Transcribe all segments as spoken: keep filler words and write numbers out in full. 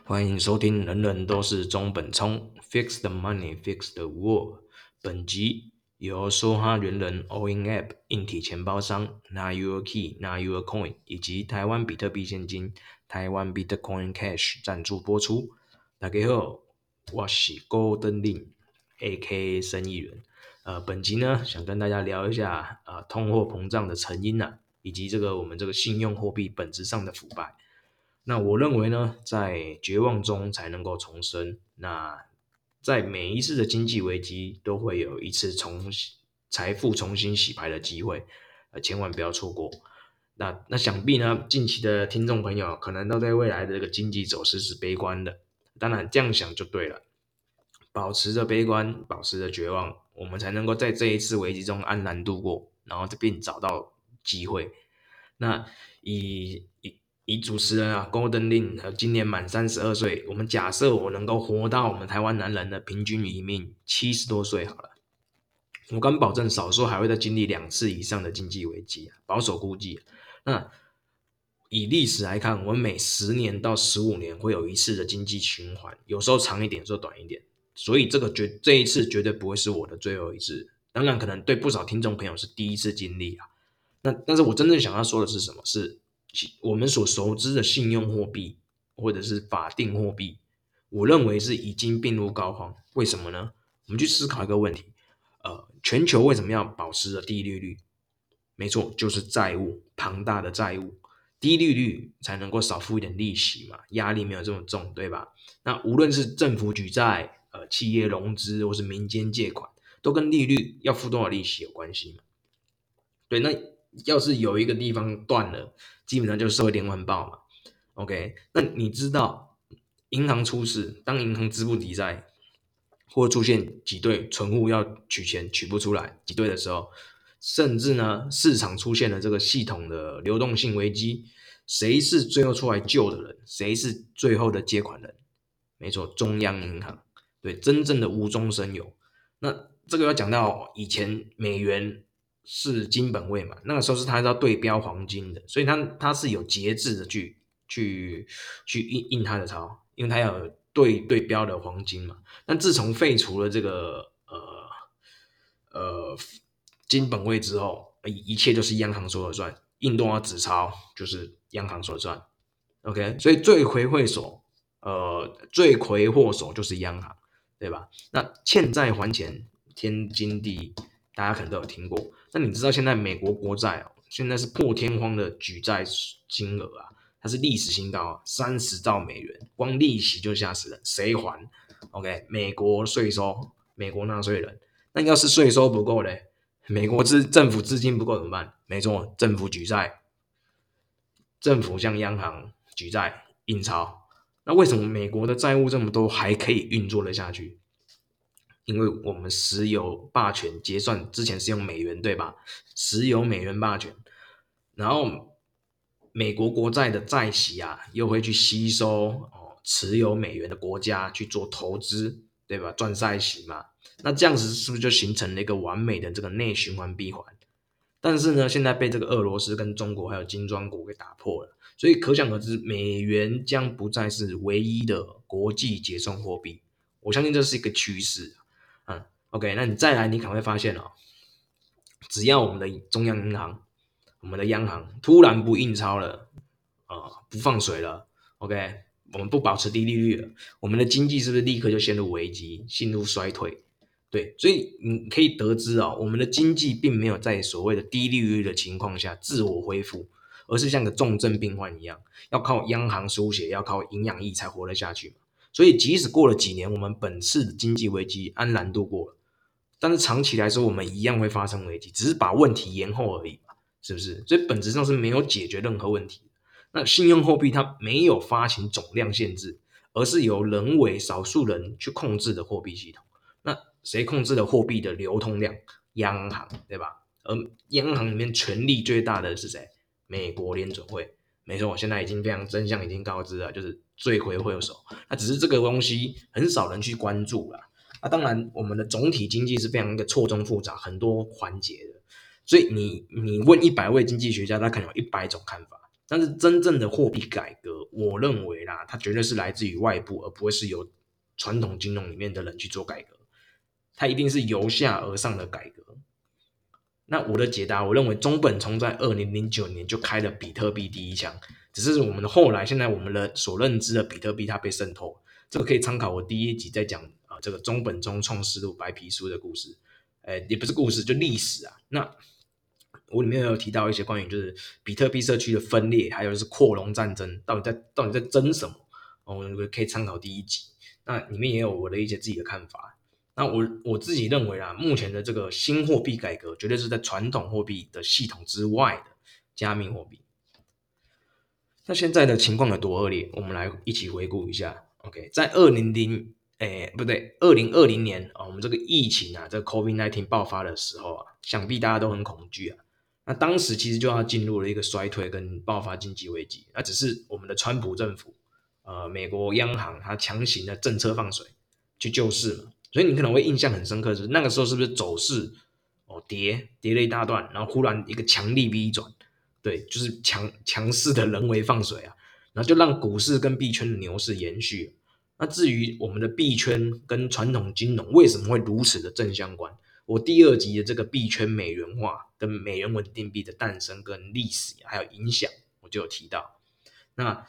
欢迎收听人人都是中本聪 Fix the Money, Fix the World。本集由梭哈人人 All In App 硬体钱包商 Not Your Key, Not Your Coin 以及台湾比特币现金台湾 Bitcoin Cash 赞助播出。大家好，我是 Golden Lin A K A 生意人。呃，本集呢想跟大家聊一下呃通货膨胀的成因啊，以及这个我们这个信用货币本质上的腐败。那我认为呢，在绝望中才能够重生。那在每一次的经济危机，都会有一次重财富重新洗牌的机会，呃，千万不要错过。那那想必呢，近期的听众朋友可能都对未来的这个经济走势是悲观的。当然，这样想就对了，保持着悲观，保持着绝望，我们才能够在这一次危机中安然度过，然后并找到机会。那以以以主持人啊 Golden Lin 今年满三十二岁，我们假设我能够活到我们台湾男人的平均余命七十多岁好了，我敢保证少说还会再经历两次以上的经济危机，保守估计。那以历史来看，我们每十年到十五年会有一次的经济循环，有时候长一点，有时候短一点。所以这个绝这一次绝对不会是我的最后一次，当然可能对不少听众朋友是第一次经历啊。那但是我真正想要说的是什么？是我们所熟知的信用货币或者是法定货币，我认为是已经病入膏肓。为什么呢？我们去思考一个问题：呃，全球为什么要保持着低利率？没错，就是债务，庞大的债务，低利率才能够少付一点利息嘛，压力没有这么重，对吧？那无论是政府举债、呃企业融资或是民间借款，都跟利率要付多少利息有关系嘛。对，那要是有一个地方断了，基本上就是社会连环爆嘛。OK，那你知道银行出事，当银行资不抵债，或出现挤兑，存户要取钱取不出来，挤兑的时候，甚至呢市场出现了这个系统的流动性危机，谁是最后出来救的人？谁是最后的接款人？没错，中央银行。对，真正的无中生有。那这个要讲到以前美元是金本位嘛，那个时候是它要对标黄金的，所以它它是有节制的去去去印印它的钞，因为它要有对对标的黄金嘛。但自从废除了这个呃呃金本位之后，一切就是央行说了算，印多少纸钞就是央行说了算。OK， 所以罪魁祸首，呃，罪魁祸首就是央行，对吧？那欠债还钱，天经地义，大家可能都有听过。那你知道现在美国国债哦，现在是破天荒的举债金额啊，它是历史新高啊，三十兆美元，光利息就吓死人，谁还 ？OK， 美国税收，美国纳税人。那要是税收不够嘞，美国资政府资金不够怎么办？没错，政府举债，政府向央行举债印钞。那为什么美国的债务这么多还可以运作得下去？因为我们石油霸权结算之前是用美元，对吧？石油美元霸权，然后美国国债的债息啊，又会去吸收哦持有美元的国家去做投资，对吧？赚债息嘛。那这样子是不是就形成了一个完美的这个内循环闭环？但是呢，现在被这个俄罗斯跟中国还有金砖国给打破了，所以可想而知，美元将不再是唯一的国际结算货币。我相信这是一个趋势。嗯，OK，那你再来，你可能会发现哦，只要我们的中央银行、我们的央行突然不印钞了，呃，不放水了 ，OK，我们不保持低利率了，我们的经济是不是立刻就陷入危机、陷入衰退？对，所以你可以得知啊、哦，我们的经济并没有在所谓的低利率的情况下自我恢复，而是像个重症病患一样，要靠央行输血，要靠营养液才活得下去嘛。所以即使过了几年，我们本次的经济危机安然度过了，但是长期来说，我们一样会发生危机，只是把问题延后而已嘛，是不是？所以本质上是没有解决任何问题。那信用货币它没有发行总量限制，而是由人为少数人去控制的货币系统。那谁控制了货币的流通量？央行，对吧？而央行里面权力最大的是谁？美国联准会。没错，现在已经非常真相已经告知了，就是罪魁祸首。那只是这个东西很少人去关注啦。那、啊、当然，我们的总体经济是非常一个错综复杂、很多环节的。所以你你问一百位经济学家，他可能有一百种看法。但是真正的货币改革， 我认为啦，它绝对是来自于外部，而不会是由传统金融里面的人去做改革，它一定是由下而上的改革。那我的解答，我认为中本聪在二零零九年就开了比特币第一枪，只是我们的后来现在我们的所认知的比特币它被渗透，这个可以参考我第一集在讲啊、呃、这个中本聪创世录白皮书的故事，呃也不是故事，就历史啊。那我里面有提到一些关于就是比特币社区的分裂，还有就是扩容战争到底在到底在争什么，哦，我们可以参考第一集，那里面也有我的一些自己的看法。那我我自己认为啦，目前的这个新货币改革绝对是在传统货币的系统之外的加密货币。那现在的情况有多恶劣？我们来一起回顾一下。OK， 在二零零诶不对，二零二零年啊、哦，我们这个疫情啊，这个 COVID 十九 爆发的时候啊，想必大家都很恐惧啊。那当时其实就要进入了一个衰退跟爆发经济危机，那只是我们的川普政府，呃，美国央行它强行的政策放水去救市嘛。所以你可能会印象很深刻，就是那个时候是不是走势哦跌跌了一大段，然后忽然一个强力 V 转，对，就是强强势的人为放水啊，然后就让股市跟币圈的牛市延续。那至于我们的币圈跟传统金融为什么会如此的正相关，我第二集的这个币圈美元化跟美元稳定币的诞生跟历史还有影响，我就有提到。那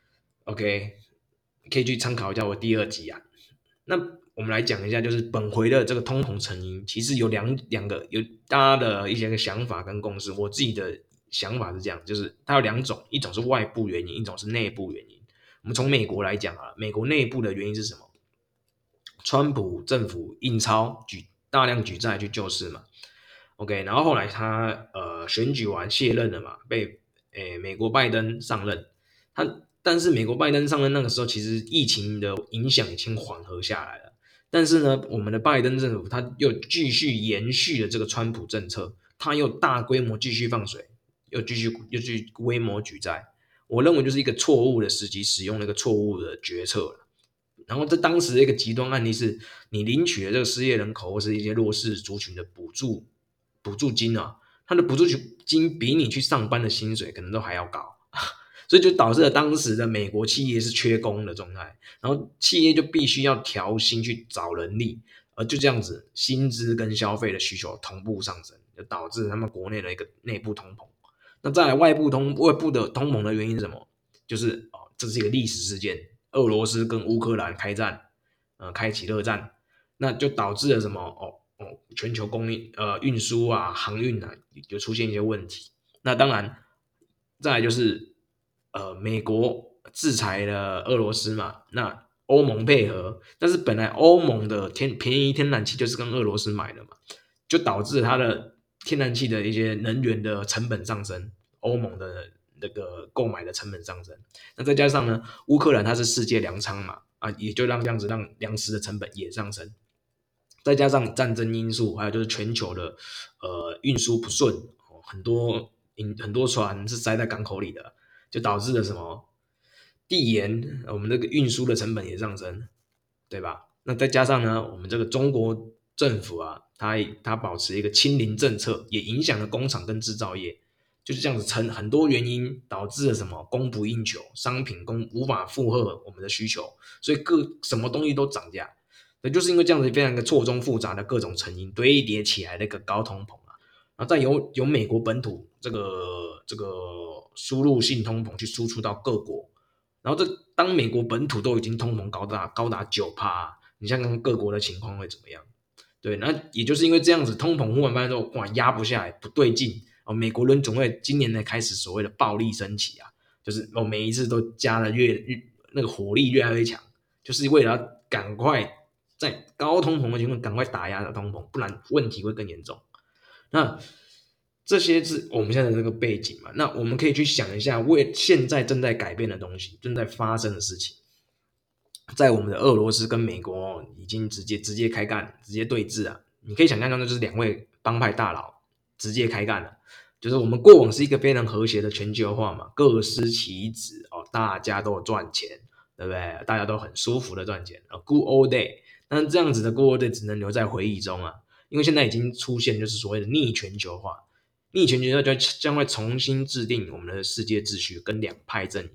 OK， 可以去参考一下我第二集啊。那我们来讲一下，就是本回的这个通膨成因，其实有两两个，有大家的一些个想法跟共识。我自己的想法是这样，就是它有两种，一种是外部原因，一种是内部原因。我们从美国来讲啊，美国内部的原因是什么？川普政府印钞举大量举债去救市嘛。OK， 然后后来他呃选举完卸任了嘛，被诶美国拜登上任。他但是美国拜登上任那个时候，其实疫情的影响已经缓和下来了。但是呢，我们的拜登政府他又继续延续了这个川普政策，他又大规模继续放水，又继续又继续规模举债。我认为就是一个错误的时机，使用了一个错误的决策了。然后在当时的一个极端案例是，你领取的这个失业人口或是一些弱势族群的补助补助金啊，他的补助金比你去上班的薪水可能都还要高，所以就导致了当时的美国企业是缺工的状态，然后企业就必须要调薪去找人力，而就这样子，薪资跟消费的需求同步上升，就导致他们国内的一个内部通膨。那再来外部通外部的通膨的原因是什么？就是哦，这是一个历史事件，俄罗斯跟乌克兰开战，呃，开启热战，那就导致了什么？哦哦，全球供应呃运输啊、航运啊，就出现一些问题。那当然，再来就是呃，美国制裁了俄罗斯嘛，那欧盟配合，但是本来欧盟的天便宜天然气就是跟俄罗斯买的嘛，就导致它的天然气的一些能源的成本上升，欧盟的那个购买的成本上升。那再加上呢，乌克兰它是世界粮仓嘛，啊，也就让这样子让粮食的成本也上升。再加上战争因素，还有就是全球的呃运输不顺，很多很多船是塞在港口里的，就导致了什么地延，我们这个运输的成本也上升，对吧？那再加上呢，我们这个中国政府啊，它它保持一个清零政策，也影响了工厂跟制造业，就是这样子，成很多原因导致了什么供不应求，商品供无法负荷我们的需求，所以各什么东西都涨价。那就是因为这样子非常一个错综复杂的各种成因堆叠起来的一个高通膨啊，然后再由由美国本土这个这个输入性通膨去输出到各国，然后这当美国本土都已经通膨高达高达九趴、啊，你想想各国的情况会怎么样？对，那也就是因为这样子，通膨忽然发现说哇压不下来，不对劲哦，美国联总会今年才开始所谓的暴力升级啊，就是哦每一次都加了越越那个火力越来越强，就是为了要赶快在高通膨的情况赶快打压的通膨，不然问题会更严重。那这些是我们现在的这个背景嘛？那我们可以去想一下，为现在正在改变的东西，正在发生的事情。在我们的俄罗斯跟美国、哦、已经直接直接开干，直接对峙啊！你可以想象到，就是两位帮派大佬直接开干了。就是我们过往是一个非常和谐的全球化嘛，各司其职哦，大家都有赚钱，对不对？大家都很舒服的赚钱啊 ，Good old day。但这样子的 Good old day 只能留在回忆中啊，因为现在已经出现就是所谓的逆全球化，逆全球化就将会重新制定我们的世界秩序跟两派阵营。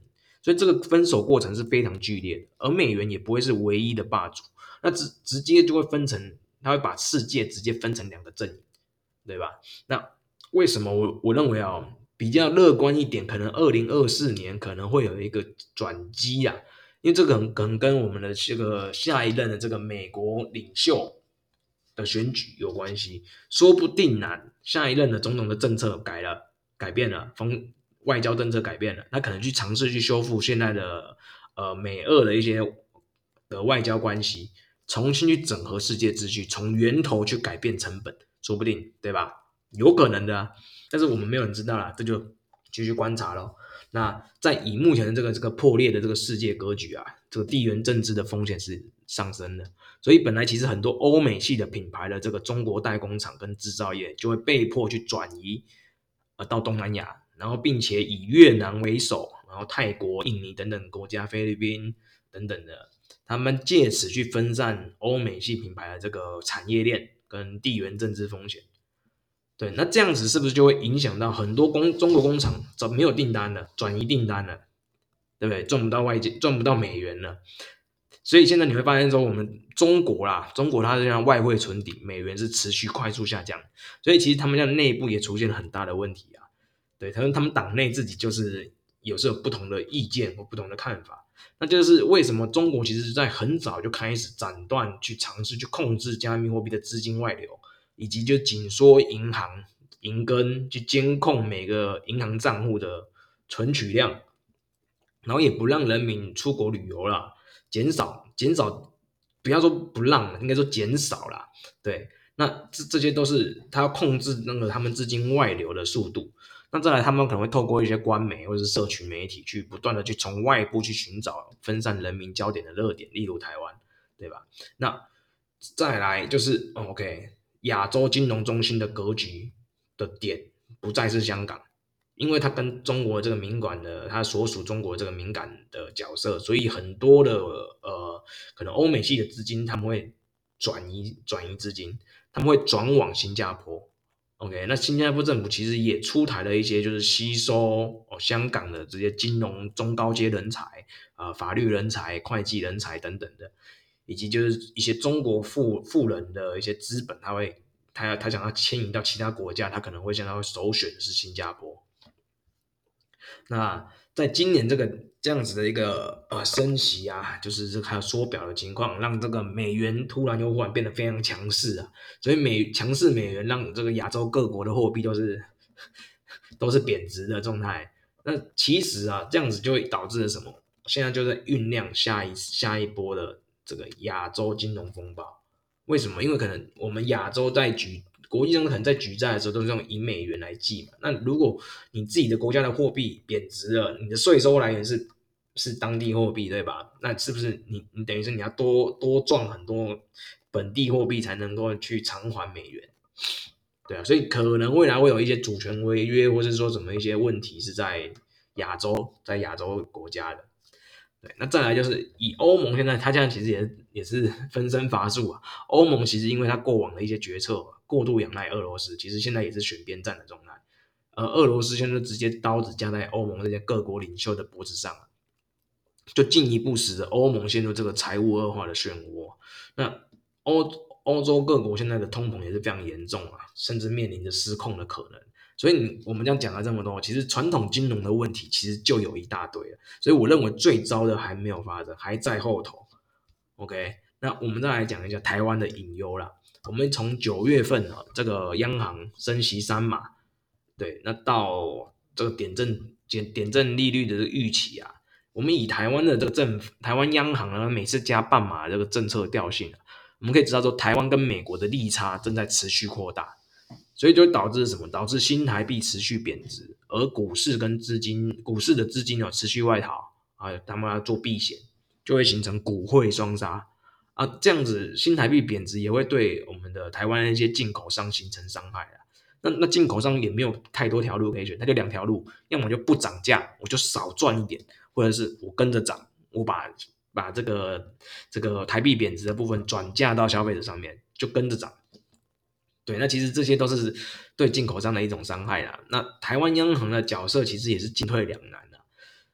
所以这个分手过程是非常剧烈的，而美元也不会是唯一的霸主，那直直接就会分成，它会把世界直接分成两个阵营，对吧？那为什么我我认为啊，比较乐观一点，可能二零二四年可能会有一个转机啊，因为这个可能跟我们的这个下一任的这个美国领袖的选举有关系，说不定啊，下一任的总统的政策改了，改变了，风外交政策改变了，他可能去尝试去修复现在的呃美俄的一些的外交关系，重新去整合世界秩序，从源头去改变成本，说不定，对吧？有可能的啊，但是我们没有人知道啦，这就继续观察咯。那在以目前的这个这个破裂的这个世界格局啊，这个地缘政治的风险是上升的，所以本来其实很多欧美系的品牌的这个中国代工厂跟制造业就会被迫去转移呃到东南亚，然后并且以越南为首，然后泰国、印尼等等国家，菲律宾等等的，他们借此去分散欧美系品牌的这个产业链跟地缘政治风险。对，那这样子是不是就会影响到很多工中国工厂找没有订单了，转移订单了，对不对？赚不到外界，赚不到美元了。所以现在你会发现说，我们中国啦，中国它这样外汇存底，美元是持续快速下降，所以其实他们家内部也出现了很大的问题啊。对，他们他们党内自己就是有时候有不同的意见或不同的看法，那就是为什么中国其实在很早就开始斩断去尝试去控制加密货币的资金外流。以及就紧缩银行银根，去监控每个银行账户的存取量，然后也不让人民出国旅游啦，减少减少，不要说不让，应该说减少啦。对，那这这些都是他要控制那个他们资金外流的速度。那再来，他们可能会透过一些官媒或者是社群媒体，去不断的去从外部去寻找分散人民焦点的热点，例如台湾，对吧？那再来就是 OK。亚洲金融中心的格局的点不再是香港，因为它跟中国这个敏感的，它所属中国这个敏感的角色，所以很多的呃，可能欧美系的资金他们会转移转移资金，他们会转往新加坡。OK， 那新加坡政府其实也出台了一些，就是吸收、哦、香港的这些金融中高阶人才、呃、法律人才、会计人才等等的。以及就是一些中国富富人的一些资本，他会他他想要迁移到其他国家，他可能会想要首选的是新加坡。那在今年这个这样子的一个呃升息啊，就是这个缩表的情况，让这个美元突然又忽然变得非常强势啊，所以美强势美元让这个亚洲各国的货币都是都是贬值的状态。那其实啊，这样子就会导致了什么？现在就在酝酿下一下一波的这个亚洲金融风暴。为什么？因为可能我们亚洲在举国际上可能在举债的时候都是用以美元来计嘛。那如果你自己的国家的货币贬值了，你的税收来源是是当地货币，对吧？那是不是你你等于是你要多多赚很多本地货币才能够去偿还美元？对啊，所以可能未来会有一些主权违约，或是说什么一些问题是在亚洲，在亚洲国家的。对，那再来就是以欧盟现在，它现在其实也也是分身乏术啊。欧盟其实因为它过往的一些决策过度仰赖俄罗斯，其实现在也是选边站的状态。而俄罗斯现在直接刀子架在欧盟这些各国领袖的脖子上，就进一步使得欧盟陷入这个财务恶化的漩涡。那欧欧洲各国现在的通膨也是非常严重啊，甚至面临着失控的可能。所以我们这样讲了这么多，其实传统金融的问题其实就有一大堆了。所以我认为最糟的还没有发生，还在后头。OK， 那我们再来讲一下台湾的隐忧啦。我们从九月份啊，这个央行升息三码，对，那到这个点阵点点阵利率的预期啊，我们以台湾的这个政府，台湾央行呢每次加半码的这个政策调性啊，我们可以知道说，台湾跟美国的利差正在持续扩大。所以就导致什么？导致新台币持续贬值，而股市跟资金，股市的资金有持续外逃啊，他们要做避险，就会形成股汇双杀啊。这样子，新台币贬值也会对我们的台湾的一些进口商形成伤害啊。那那进口商也没有太多条路可以选，他就两条路，要么就不涨价，我就少赚一点，或者是我跟着涨，我把把这个这个台币贬值的部分转嫁到消费者上面，就跟着涨。对，那其实这些都是对进口商的一种伤害啦。那台湾央行的角色其实也是进退两难的。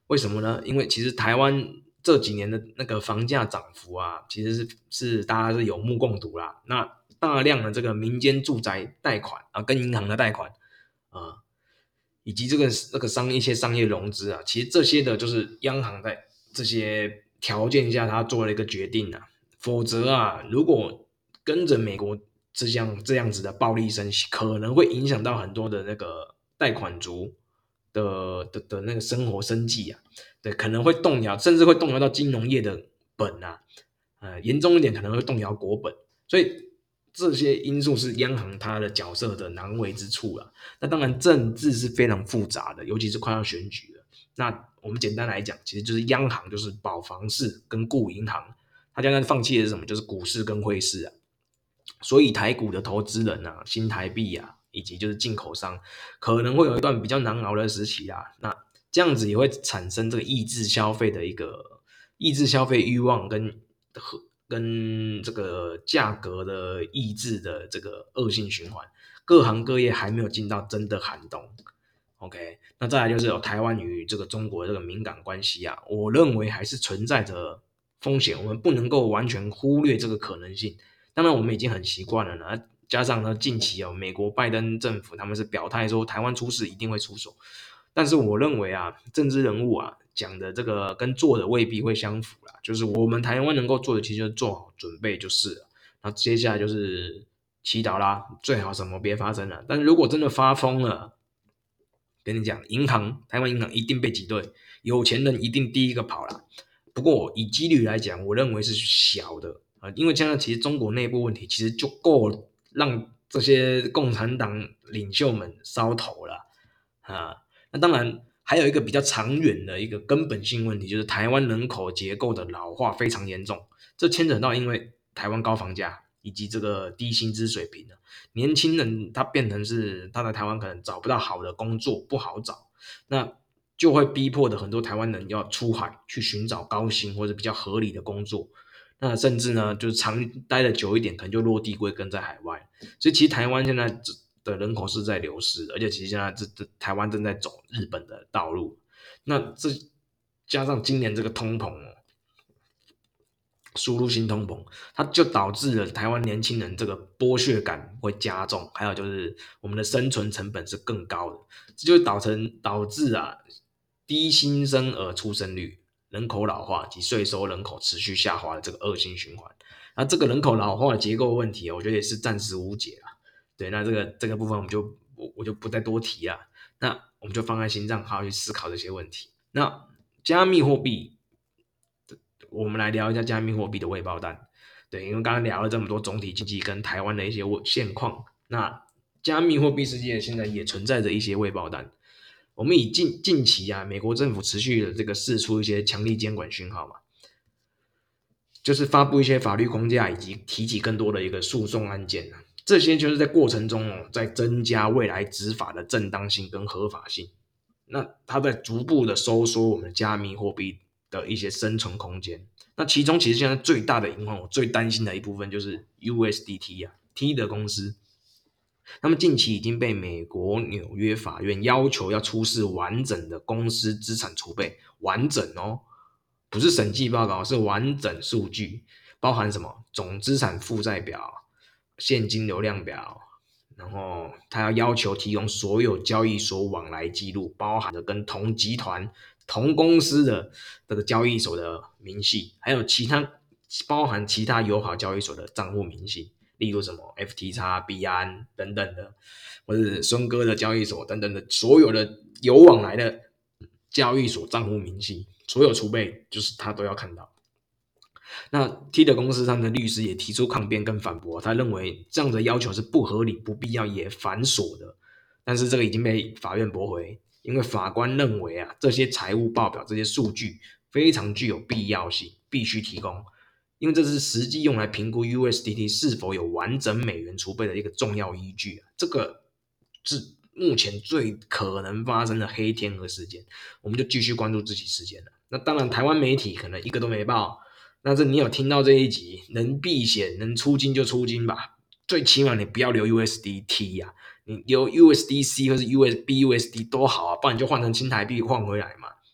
为什么呢？因为其实台湾这几年的那个房价涨幅啊，其实是是大家是有目共睹啦。那大量的这个民间住宅贷款啊，跟银行的贷款啊，以及这个这个商一些商业融资啊，其实这些的就是央行在这些条件下，他做了一个决定啊。否则啊，如果跟着美国这样这样子的暴力升息，可能会影响到很多的那个贷款族的的的那个生活生计啊，对，可能会动摇，甚至会动摇到金融业的本啊，呃，严重一点可能会动摇国本，所以这些因素是央行它的角色的难为之处了。那当然，政治是非常复杂的，尤其是快要选举了。那我们简单来讲，其实就是央行就是保房市跟顾银行，它将来放弃的是什么？就是股市跟汇市啊。所以台股的投资人啊，新台币啊，以及就是进口商，可能会有一段比较难熬的时期啊。那这样子也会产生这个抑制消费的一个抑制消费欲望跟和跟这个价格的抑制的这个恶性循环。各行各业还没有进到真的寒冬。OK，那再来就是有台湾与这个中国的这个敏感关系啊，我认为还是存在着风险，我们不能够完全忽略这个可能性。当然，我们已经很习惯了呢，加上呢，近期哦，美国拜登政府他们是表态说台湾出事一定会出手，但是我认为啊，政治人物啊讲的这个跟做的未必会相符啦，就是我们台湾能够做的，其实就是做好准备就是了。那接下来就是祈祷啦，最好什么别发生了。但是如果真的发疯了，跟你讲，银行台湾银行一定被挤兑，有钱人一定第一个跑啦。不过以几率来讲，我认为是小的啊、呃，因为现在其实中国内部问题其实就够让这些共产党领袖们烧头了啊。那当然还有一个比较长远的一个根本性问题，就是台湾人口结构的老化非常严重，这牵扯到因为台湾高房价以及这个低薪资水平呢，年轻人他变成是他在台湾可能找不到好的工作，不好找，那就会逼迫的很多台湾人要出海去寻找高薪或者比较合理的工作。那甚至呢，就是长待的久一点，可能就落地归根在海外。所以其实台湾现在的人口是在流失，而且其实现在这这台湾正在走日本的道路。那这加上今年这个通膨哦，输入性通膨，它就导致了台湾年轻人这个剥削感会加重，还有就是我们的生存成本是更高的，这就导成导致啊低新生儿出生率、人口老化及税收人口持续下滑的这个恶性循环。那这个人口老化的结构问题，我觉得也是暂时无解啦。对，那这个这个部分我们就我我就不再多提了。那我们就放在心上，好好去思考这些问题。那加密货币，我们来聊一下加密货币的未爆弹。对，因为刚刚聊了这么多总体经济跟台湾的一些现况，那加密货币世界现在也存在着一些未爆弹。我们以近近期啊，美国政府持续的这个释出一些强力监管讯号嘛，就是发布一些法律框架以及提起更多的一个诉讼案件啊，这些就是在过程中哦，在增加未来执法的正当性跟合法性。那它在逐步的收缩我们加密货币的一些生存空间。那其中其实现在最大的隐患，我最担心的一部分就是 U S D T 啊 ，T 的公司，他们近期已经被美国纽约法院要求要出示完整的公司资产储备，完整哦，不是审计报告，是完整数据，包含什么总资产负债表、现金流量表，然后他要要求提供所有交易所往来记录，包含的跟同集团、同公司的这个交易所的明细，还有其他包含其他友好交易所的账户明细。例如什么 F T X、币安等等的，或者是孙哥的交易所等等的，所有的有往来的交易所账户明细，所有储备就是他都要看到。那 T 的公司他们的律师也提出抗辩跟反驳，他认为这样的要求是不合理、不必要也繁琐的。但是这个已经被法院驳回，因为法官认为啊，这些财务报表、这些数据非常具有必要性，必须提供。因为这是实际用来评估 U S D T 是否有完整美元储备的一个重要依据啊，这个是目前最可能发生的黑天鹅事件，我们就继续关注这起事件了。那当然，台湾媒体可能一个都没报，但是你有听到这一集，能避险能出金就出金吧，最起码你不要留 U S D T 啊，你留 U S D C 或是 U S B U S D 都好啊，不然你就换成新台币换回来嘛。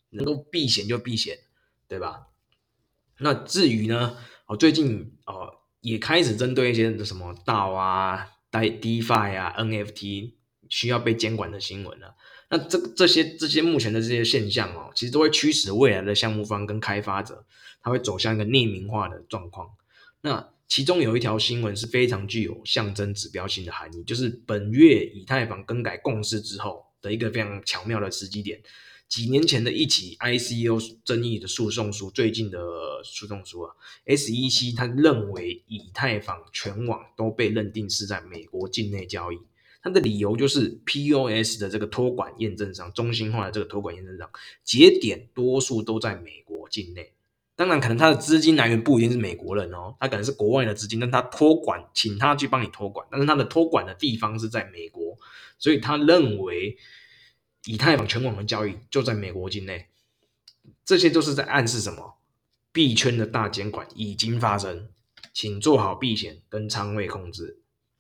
能够避险就避险，对吧？那至于呢，哦，最近哦也开始针对一些什么 D A O 啊、DeFi 啊、N F T 需要被监管的新闻了。那这这些这些目前的这些现象哦，其实都会驱使未来的项目方跟开发者，他会走向一个匿名化的状况。那其中有一条新闻是非常具有象征指标性的含义，就是本月以太坊更改共识之后的一个非常巧妙的时机点。几年前的一起 I C O 争议的诉讼书，最近的诉讼书啊 ，S E C 他认为以太坊全网都被认定是在美国境内交易。它的理由就是 P O S 的这个托管验证上，中心化的这个托管验证上，节点多数都在美国境内。当然，可能他的资金来源不一定是美国人哦，他可能是国外的资金，但他托管，请他去帮你托管，但是他的托管的地方是在美国，所以他认为以太坊全网的交易就在美国境内。这些都是在暗示什么？币圈的大监管已经发生，请做好避险跟仓位控制。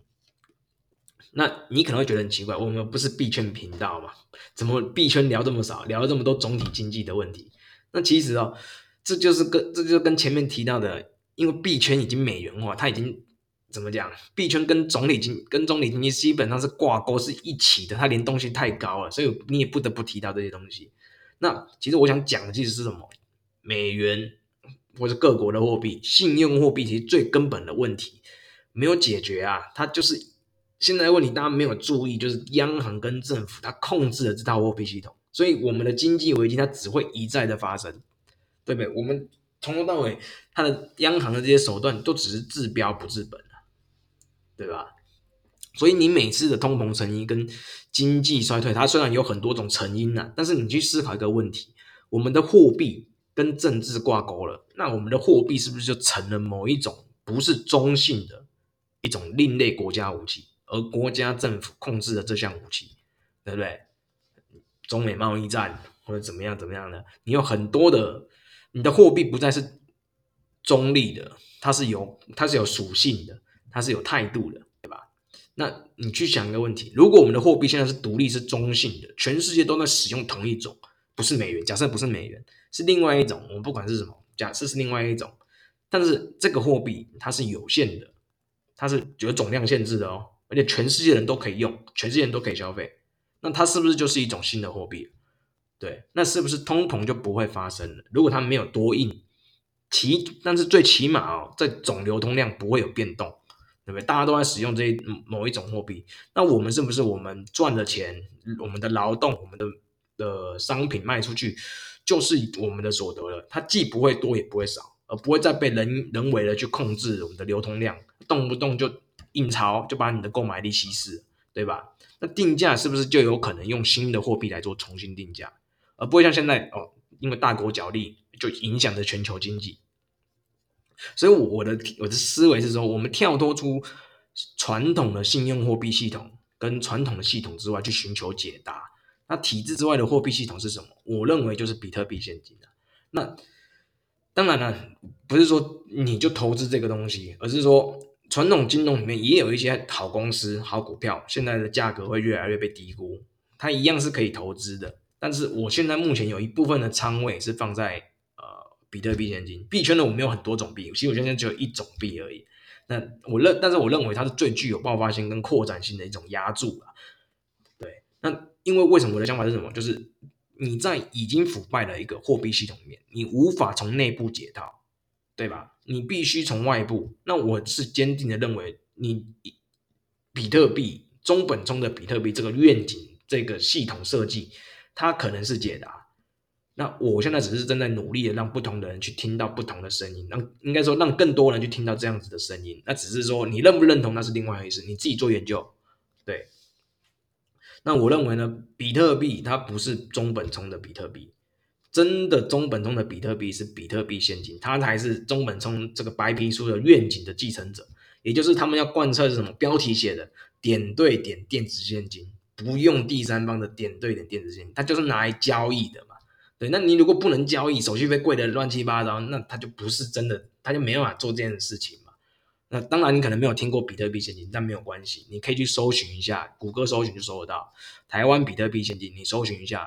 那你可能会觉得很奇怪，我们不是币圈频道嘛？怎么币圈聊这么少，聊了这么多总体经济的问题？那其实哦，这就是跟这就跟前面提到的，因为币圈已经美元化，它已经怎么讲？币圈跟总体经跟总体经济基本上是挂钩是一起的，它联动性太高了，所以你也不得不提到这些东西。那其实我想讲的其实是什么？美元或者各国的货币、信用货币，其实最根本的问题没有解决啊，它就是现在的问题，大家没有注意，就是央行跟政府它控制了这套货币系统，所以我们的经济危机它只会一再的发生，对不对？我们从头到尾，它的央行的这些手段都只是治标不治本，对吧？所以你每次的通膨成因跟经济衰退，它虽然有很多种成因啊，但是你去思考一个问题：我们的货币跟政治挂钩了，那我们的货币是不是就成了某一种不是中性的一种另类国家武器，而国家政府控制了这项武器，对不对？中美贸易战或者怎么样怎么样的，你有很多的，你的货币不再是中立的，它是有它是有属性的，它是有态度的。那你去想一个问题，如果我们的货币现在是独立是中性的，全世界都在使用同一种，不是美元，假设不是美元，是另外一种，我们不管是什么，假设是另外一种，但是这个货币它是有限的，它是有总量限制的哦，而且全世界人都可以用，全世界人都可以消费，那它是不是就是一种新的货币？对，那是不是通膨就不会发生了？如果它没有多印，其但是最起码哦，在总流通量不会有变动，对不对？大家都在使用这一某一种货币，那我们是不是我们赚的钱，我们的劳动，我们的的商品卖出去，就是我们的所得了？它既不会多，也不会少，而不会再被人人为的去控制我们的流通量，动不动就印钞就把你的购买力稀释，对吧？那定价是不是就有可能用新的货币来做重新定价，而不会像现在哦，因为大国角力就影响着全球经济？所以我的我的思维是说，我们跳脱出传统的信用货币系统跟传统的系统之外，去寻求解答。那体制之外的货币系统是什么？我认为就是比特币现金。那当然了，不是说你就投资这个东西，而是说传统金融里面也有一些好公司、好股票，现在的价格会越来越被低估，它一样是可以投资的。但是我现在目前有一部分的仓位是放在呃比特币现金，币圈的我们有很多种币，其实我现在只有一种币而已。那我认，但是我认为它是最具有爆发性跟扩展性的一种押注啦。对，那因为为什么我的想法是什么？就是你在已经腐败的一个货币系统里面，你无法从内部解套，对吧？你必须从外部。那我是坚定的认为，你比特币中本聪的比特币这个愿景、这个系统设计，它可能是解答。那我现在只是正在努力的让不同的人去听到不同的声音，让应该说让更多人去听到这样子的声音。那只是说你认不认同那是另外一回事，你自己做研究。对，那我认为呢，比特币它不是中本聪的比特币，真的中本聪的比特币是比特币现金，它才是中本聪这个白皮书的愿景的继承者，也就是他们要贯彻是什么？标题写的点对点电子现金，不用第三方的点对点电子现金，它就是拿来交易的嘛。对，那你如果不能交易，手续费贵的乱七八糟，那它就不是真的，它就没办法做这件事情嘛。那当然，你可能没有听过比特币现金，但没有关系，你可以去搜寻一下，谷歌搜寻就搜得到台湾比特币现金，你搜寻一下，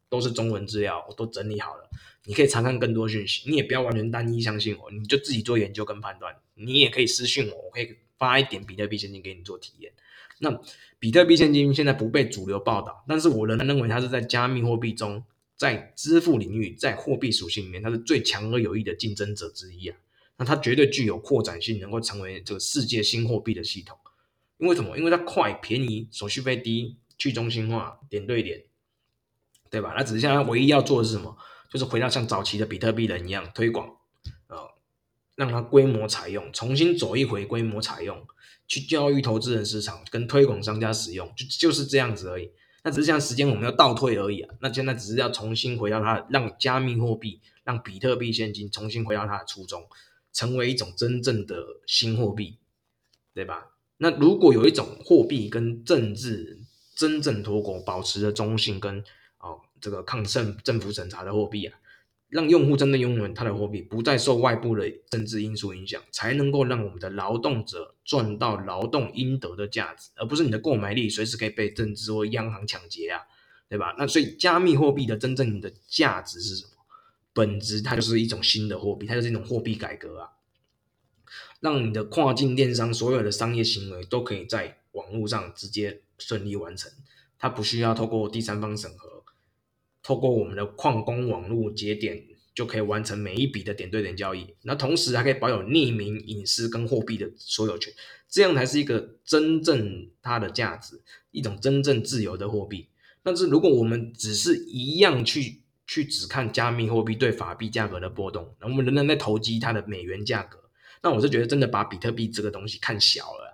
都是中文资料，我都整理好了，你可以查看更多讯息，你也不要完全单一相信我，你就自己做研究跟判断。你也可以私讯我，我可以发一点比特币现金给你做体验。那比特币现金现在不被主流报道，但是我仍然认为它是在加密货币中，在支付领域，在货币属性里面，它是最强而有力的竞争者之一啊。那它绝对具有扩展性，能够成为这个世界新货币的系统。因为什么？因为它快、便宜、手续费低、去中心化、点对点，对吧？那只是现在唯一要做的是什么？就是回到像早期的比特币人一样推广，呃，让它规模采用，重新走一回规模采用，去教育投资人市场跟推广商家使用，就就是这样子而已。那只是像时间我们要倒退而已啊。那现在只是要重新回到它，让加密货币，让比特币现金重新回到它的初衷，成为一种真正的新货币，对吧？那如果有一种货币跟政治真正脱钩，保持着中性跟哦这个抗政政府审查的货币啊，让用户真的拥有它的货币，不再受外部的政治因素影响，才能够让我们的劳动者赚到劳动应得的价值，而不是你的购买力随时可以被政治或央行抢劫啊，对吧？那所以加密货币的真正的价值是什么？本质它就是一种新的货币，它就是一种货币改革啊。让你的跨境电商所有的商业行为都可以在网络上直接顺利完成，它不需要透过第三方审核，透过我们的矿工网络节点就可以完成每一笔的点对点交易，那同时还可以保有匿名、隐私跟货币的所有权，这样才是一个真正它的价值，一种真正自由的货币。但是如果我们只是一样去去只看加密货币对法币价格的波动，我们仍然在投机它的美元价格，那我是觉得真的把比特币这个东西看小了